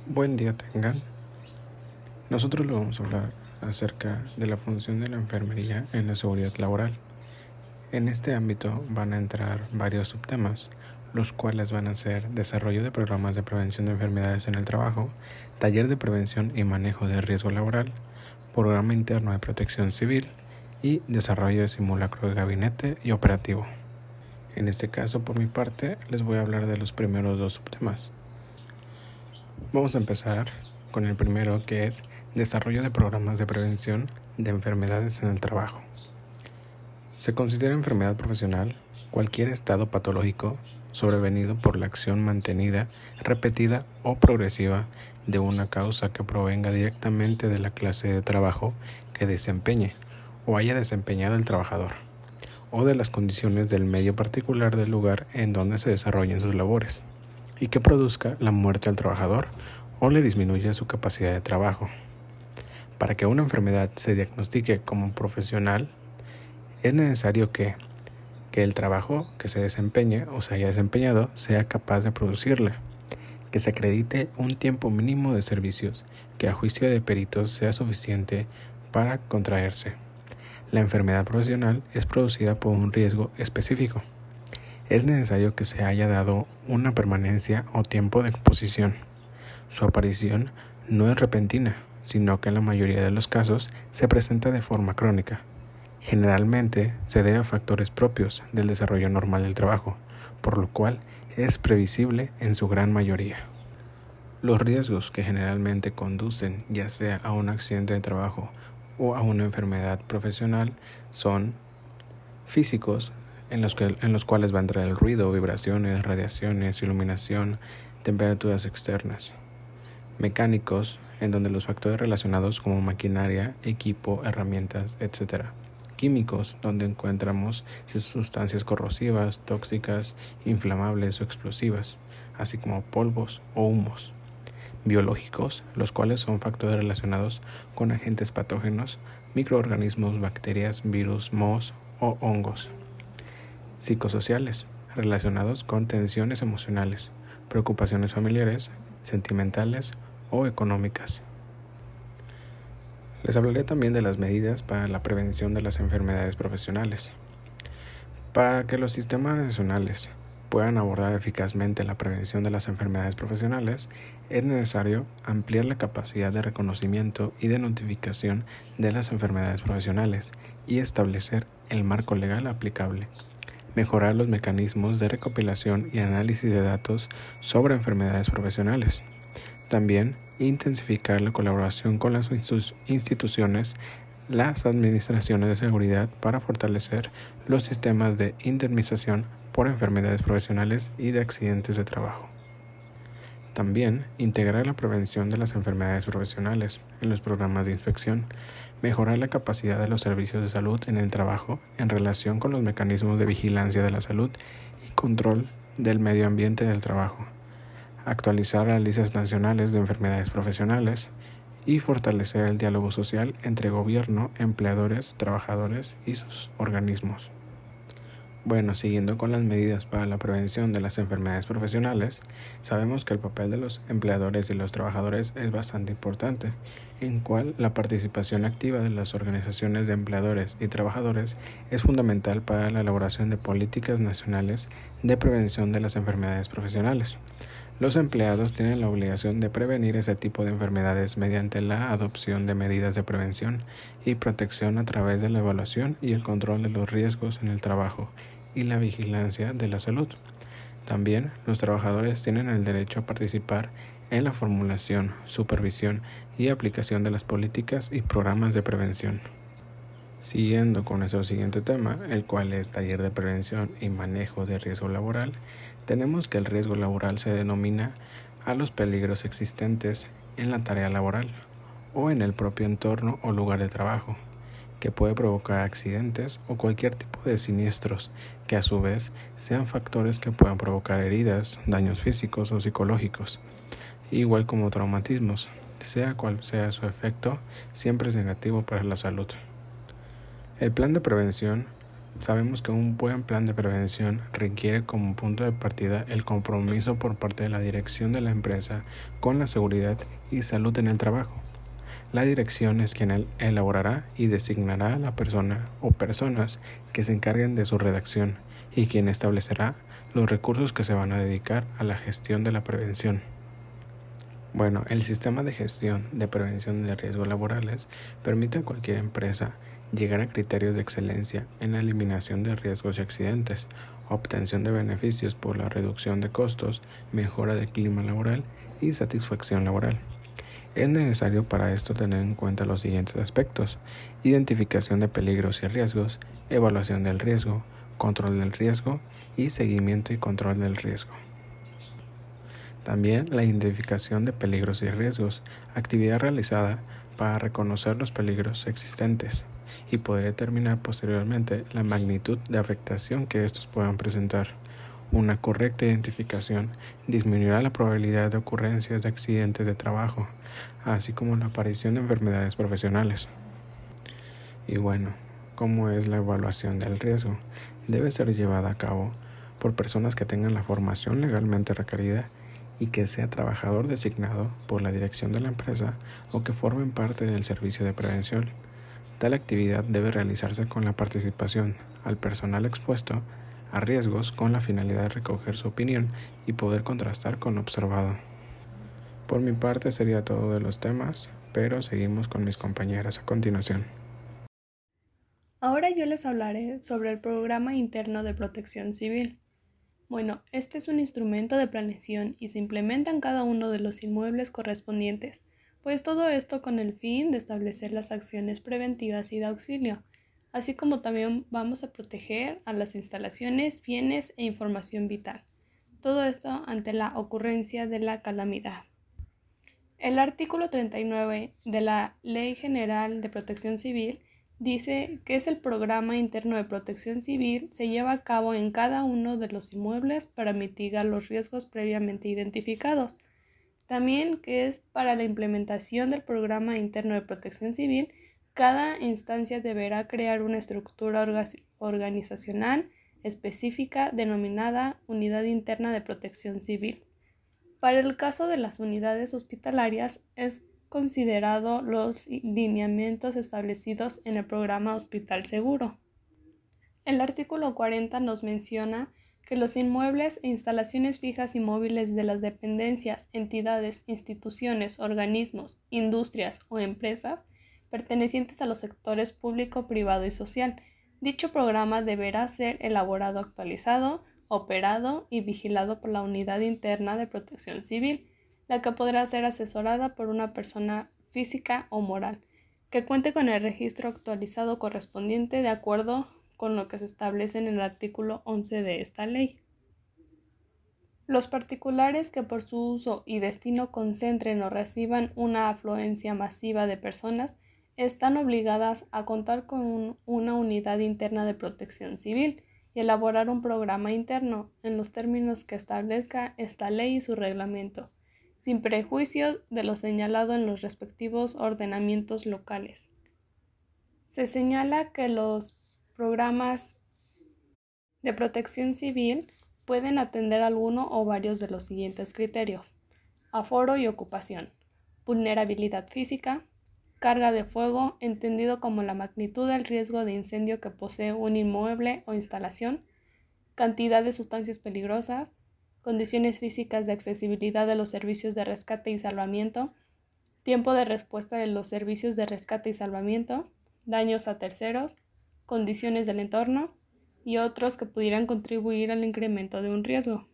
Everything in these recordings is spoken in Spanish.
Buen día tengan. Nosotros le vamos a hablar acerca de la función de la enfermería en la seguridad laboral. En este ámbito van a entrar varios subtemas, los cuales van a ser desarrollo de programas de prevención de enfermedades en el trabajo, taller de prevención y manejo de riesgo laboral, programa interno de protección civil y desarrollo de simulacro de gabinete y operativo. En este caso, por mi parte, les voy a hablar de los primeros dos subtemas. Vamos a empezar con el primero, que es desarrollo de programas de prevención de enfermedades en el trabajo. Se considera enfermedad profesional cualquier estado patológico sobrevenido por la acción mantenida, repetida o progresiva de una causa que provenga directamente de la clase de trabajo que desempeñe o haya desempeñado el trabajador, o de las condiciones del medio particular del lugar en donde se desarrollen sus labores, y que produzca la muerte al trabajador o le disminuya su capacidad de trabajo. Para que una enfermedad se diagnostique como profesional, es necesario que el trabajo que se desempeñe o se haya desempeñado sea capaz de producirla, que se acredite un tiempo mínimo de servicios que a juicio de peritos sea suficiente para contraerse. La enfermedad profesional es producida por un riesgo específico. Es necesario que se haya dado una permanencia o tiempo de exposición. Su aparición no es repentina, sino que en la mayoría de los casos se presenta de forma crónica. Generalmente se debe a factores propios del desarrollo normal del trabajo, por lo cual es previsible en su gran mayoría. Los riesgos que generalmente conducen ya sea a un accidente de trabajo o a una enfermedad profesional son físicos, en los cuales va a entrar el ruido, vibraciones, radiaciones, iluminación, temperaturas externas. Mecánicos, en donde los factores relacionados como maquinaria, equipo, herramientas, etc. Químicos, donde encontramos sustancias corrosivas, tóxicas, inflamables o explosivas, así como polvos o humos. Biológicos, los cuales son factores relacionados con agentes patógenos, microorganismos, bacterias, virus, mohos o hongos. Psicosociales, relacionados con tensiones emocionales, preocupaciones familiares, sentimentales o económicas. Les hablaré también de las medidas para la prevención de las enfermedades profesionales. Para que los sistemas nacionales puedan abordar eficazmente la prevención de las enfermedades profesionales, es necesario ampliar la capacidad de reconocimiento y de notificación de las enfermedades profesionales y establecer el marco legal aplicable. Mejorar los mecanismos de recopilación y análisis de datos sobre enfermedades profesionales. También intensificar la colaboración con las instituciones, las administraciones de seguridad para fortalecer los sistemas de indemnización por enfermedades profesionales y de accidentes de trabajo. También integrar la prevención de las enfermedades profesionales en los programas de inspección, mejorar la capacidad de los servicios de salud en el trabajo en relación con los mecanismos de vigilancia de la salud y control del medio ambiente del trabajo, actualizar las listas nacionales de enfermedades profesionales y fortalecer el diálogo social entre gobierno, empleadores, trabajadores y sus organismos. Bueno, siguiendo con las medidas para la prevención de las enfermedades profesionales, sabemos que el papel de los empleadores y los trabajadores es bastante importante, en cual la participación activa de las organizaciones de empleadores y trabajadores es fundamental para la elaboración de políticas nacionales de prevención de las enfermedades profesionales. Los empleados tienen la obligación de prevenir ese tipo de enfermedades mediante la adopción de medidas de prevención y protección a través de la evaluación y el control de los riesgos en el trabajo y la vigilancia de la salud. También los trabajadores tienen el derecho a participar en la formulación, supervisión y aplicación de las políticas y programas de prevención. Siguiendo con nuestro siguiente tema, el cual es taller de prevención y manejo de riesgo laboral, tenemos que el riesgo laboral se denomina a los peligros existentes en la tarea laboral o en el propio entorno o lugar de trabajo, que puede provocar accidentes o cualquier tipo de siniestros que a su vez sean factores que puedan provocar heridas, daños físicos o psicológicos, igual como traumatismos. Sea cual sea su efecto, siempre es negativo para la salud. El plan de prevención Sabemos que un buen plan de prevención requiere como punto de partida el compromiso por parte de la dirección de la empresa con la seguridad y salud en el trabajo. La dirección es quien elaborará y designará a la persona o personas que se encarguen de su redacción y quien establecerá los recursos que se van a dedicar a la gestión de la prevención. Bueno, el sistema de gestión de prevención de riesgos laborales permite a cualquier empresa llegar a criterios de excelencia en la eliminación de riesgos y accidentes, obtención de beneficios por la reducción de costos, mejora del clima laboral y satisfacción laboral. Es necesario para esto tener en cuenta los siguientes aspectos: identificación de peligros y riesgos, evaluación del riesgo, control del riesgo y seguimiento y control del riesgo. También la identificación de peligros y riesgos, actividad realizada para reconocer los peligros existentes y poder determinar posteriormente la magnitud de afectación que estos puedan presentar. Una correcta identificación disminuirá la probabilidad de ocurrencias de accidentes de trabajo, así como la aparición de enfermedades profesionales. Y bueno, ¿cómo es la evaluación del riesgo? Debe ser llevada a cabo por personas que tengan la formación legalmente requerida y que sea trabajador designado por la dirección de la empresa o que formen parte del servicio de prevención. Tal actividad debe realizarse con la participación al personal expuesto a riesgos con la finalidad de recoger su opinión y poder contrastar con lo observado. Por mi parte sería todo de los temas, pero seguimos con mis compañeras a continuación. Ahora yo les hablaré sobre el Programa Interno de Protección Civil. Bueno, este es un instrumento de planeación y se implementa en cada uno de los inmuebles correspondientes, pues todo esto con el fin de establecer las acciones preventivas y de auxilio, así como también vamos a proteger a las instalaciones, bienes e información vital. Todo esto ante la ocurrencia de la calamidad. El artículo 39 de la Ley General de Protección Civil dice que el programa interno de protección civil se lleva a cabo en cada uno de los inmuebles para mitigar los riesgos previamente identificados. También que es para la implementación del programa interno de protección civil, cada instancia deberá crear una estructura organizacional específica denominada Unidad Interna de Protección Civil. Para el caso de las unidades hospitalarias es considerado los lineamientos establecidos en el programa Hospital Seguro. El artículo 40 nos menciona que los inmuebles e instalaciones fijas y móviles de las dependencias, entidades, instituciones, organismos, industrias o empresas pertenecientes a los sectores público, privado y social. Dicho programa deberá ser elaborado, actualizado, operado y vigilado por la Unidad Interna de Protección Civil, la que podrá ser asesorada por una persona física o moral, que cuente con el registro actualizado correspondiente de acuerdo con lo que se establece en el artículo 11 de esta ley. Los particulares que por su uso y destino concentren o reciban una afluencia masiva de personas están obligadas a contar con una unidad interna de protección civil y elaborar un programa interno en los términos que establezca esta ley y su reglamento, sin prejuicio de lo señalado en los respectivos ordenamientos locales. Se señala que los programas de protección civil pueden atender alguno o varios de los siguientes criterios: aforo y ocupación, vulnerabilidad física, carga de fuego, entendido como la magnitud del riesgo de incendio que posee un inmueble o instalación, cantidad de sustancias peligrosas, condiciones físicas de accesibilidad de los servicios de rescate y salvamiento, tiempo de respuesta de los servicios de rescate y salvamiento, daños a terceros, condiciones del entorno y otros que pudieran contribuir al incremento de un riesgo.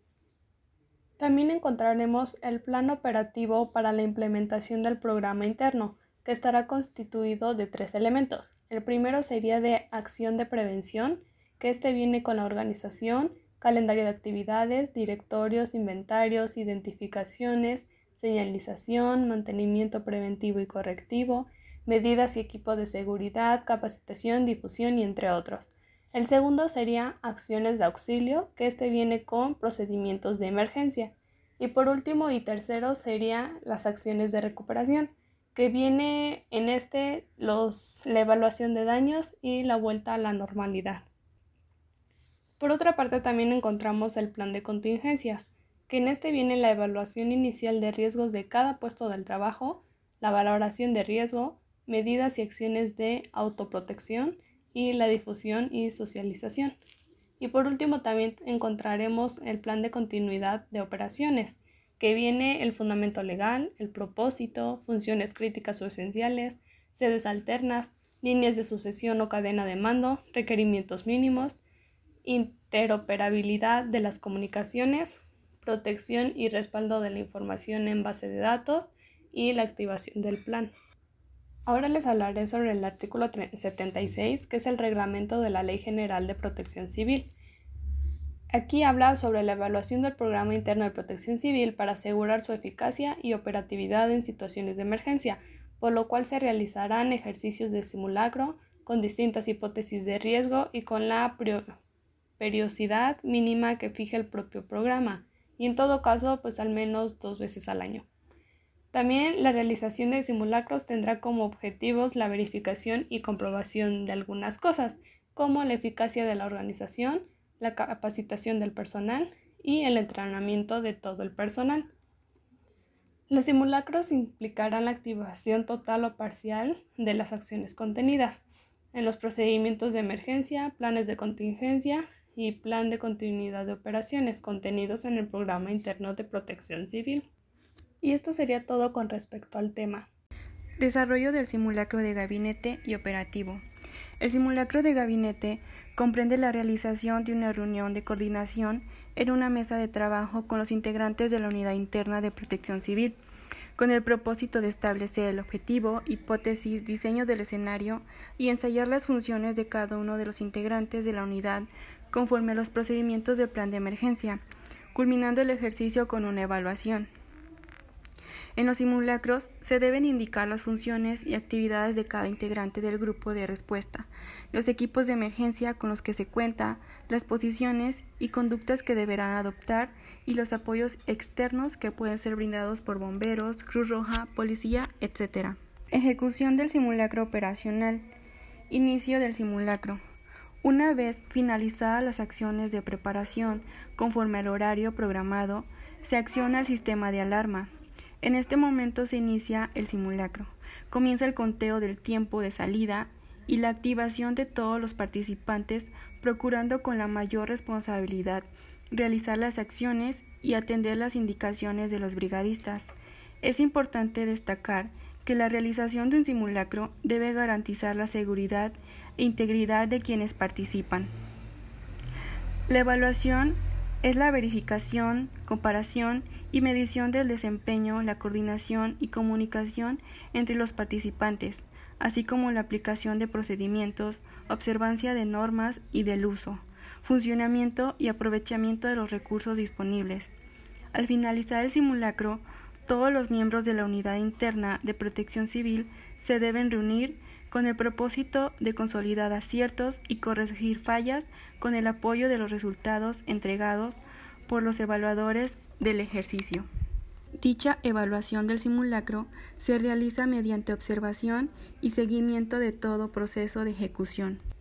También encontraremos el plan operativo para la implementación del programa interno, que estará constituido de 3 elementos. El primero sería de acción de prevención, que viene con la organización, calendario de actividades, directorios, inventarios, identificaciones, señalización, mantenimiento preventivo y correctivo, medidas y equipo de seguridad, capacitación, difusión y entre otros. El segundo sería acciones de auxilio, que viene con procedimientos de emergencia. Y por último y tercero sería las acciones de recuperación, que viene en la evaluación de daños y la vuelta a la normalidad. Por otra parte, también encontramos el plan de contingencias, que en este viene la evaluación inicial de riesgos de cada puesto del trabajo, la valoración de riesgo, medidas y acciones de autoprotección y la difusión y socialización. Y por último también encontraremos el plan de continuidad de operaciones, que viene el fundamento legal, el propósito, funciones críticas o esenciales, sedes alternas, líneas de sucesión o cadena de mando, requerimientos mínimos, interoperabilidad de las comunicaciones, protección y respaldo de la información en base de datos y la activación del plan. Ahora les hablaré sobre el artículo 76, que es el reglamento de la Ley General de Protección Civil. Aquí habla sobre la evaluación del programa interno de protección civil para asegurar su eficacia y operatividad en situaciones de emergencia, por lo cual se realizarán ejercicios de simulacro con distintas hipótesis de riesgo y con la periodicidad mínima que fija el propio programa, y en todo caso, pues al menos 2 veces al año. También la realización de simulacros tendrá como objetivos la verificación y comprobación de algunas cosas, como la eficacia de la organización, la capacitación del personal y el entrenamiento de todo el personal. Los simulacros implicarán la activación total o parcial de las acciones contenidas en los procedimientos de emergencia, planes de contingencia y plan de continuidad de operaciones contenidos en el Programa Interno de Protección Civil. Y esto sería todo con respecto al tema. Desarrollo del simulacro de gabinete y operativo. El simulacro de gabinete comprende la realización de una reunión de coordinación en una mesa de trabajo con los integrantes de la Unidad Interna de Protección Civil, con el propósito de establecer el objetivo, hipótesis, diseño del escenario y ensayar las funciones de cada uno de los integrantes de la unidad conforme a los procedimientos del plan de emergencia, culminando el ejercicio con una evaluación. En los simulacros se deben indicar las funciones y actividades de cada integrante del grupo de respuesta, los equipos de emergencia con los que se cuenta, las posiciones y conductas que deberán adoptar y los apoyos externos que pueden ser brindados por bomberos, Cruz Roja, policía, etc. Ejecución del simulacro operacional. Inicio del simulacro. Una vez finalizadas las acciones de preparación conforme al horario programado, se acciona el sistema de alarma. En este momento se inicia el simulacro. Comienza el conteo del tiempo de salida y la activación de todos los participantes, procurando con la mayor responsabilidad realizar las acciones y atender las indicaciones de los brigadistas. Es importante destacar que la realización de un simulacro debe garantizar la seguridad e integridad de quienes participan. La evaluación es la verificación, comparación y medición del desempeño, la coordinación y comunicación entre los participantes, así como la aplicación de procedimientos, observancia de normas y del uso, funcionamiento y aprovechamiento de los recursos disponibles. Al finalizar el simulacro, todos los miembros de la Unidad Interna de Protección Civil se deben reunir con el propósito de consolidar aciertos y corregir fallas con el apoyo de los resultados entregados por los evaluadores del ejercicio. Dicha evaluación del simulacro se realiza mediante observación y seguimiento de todo proceso de ejecución.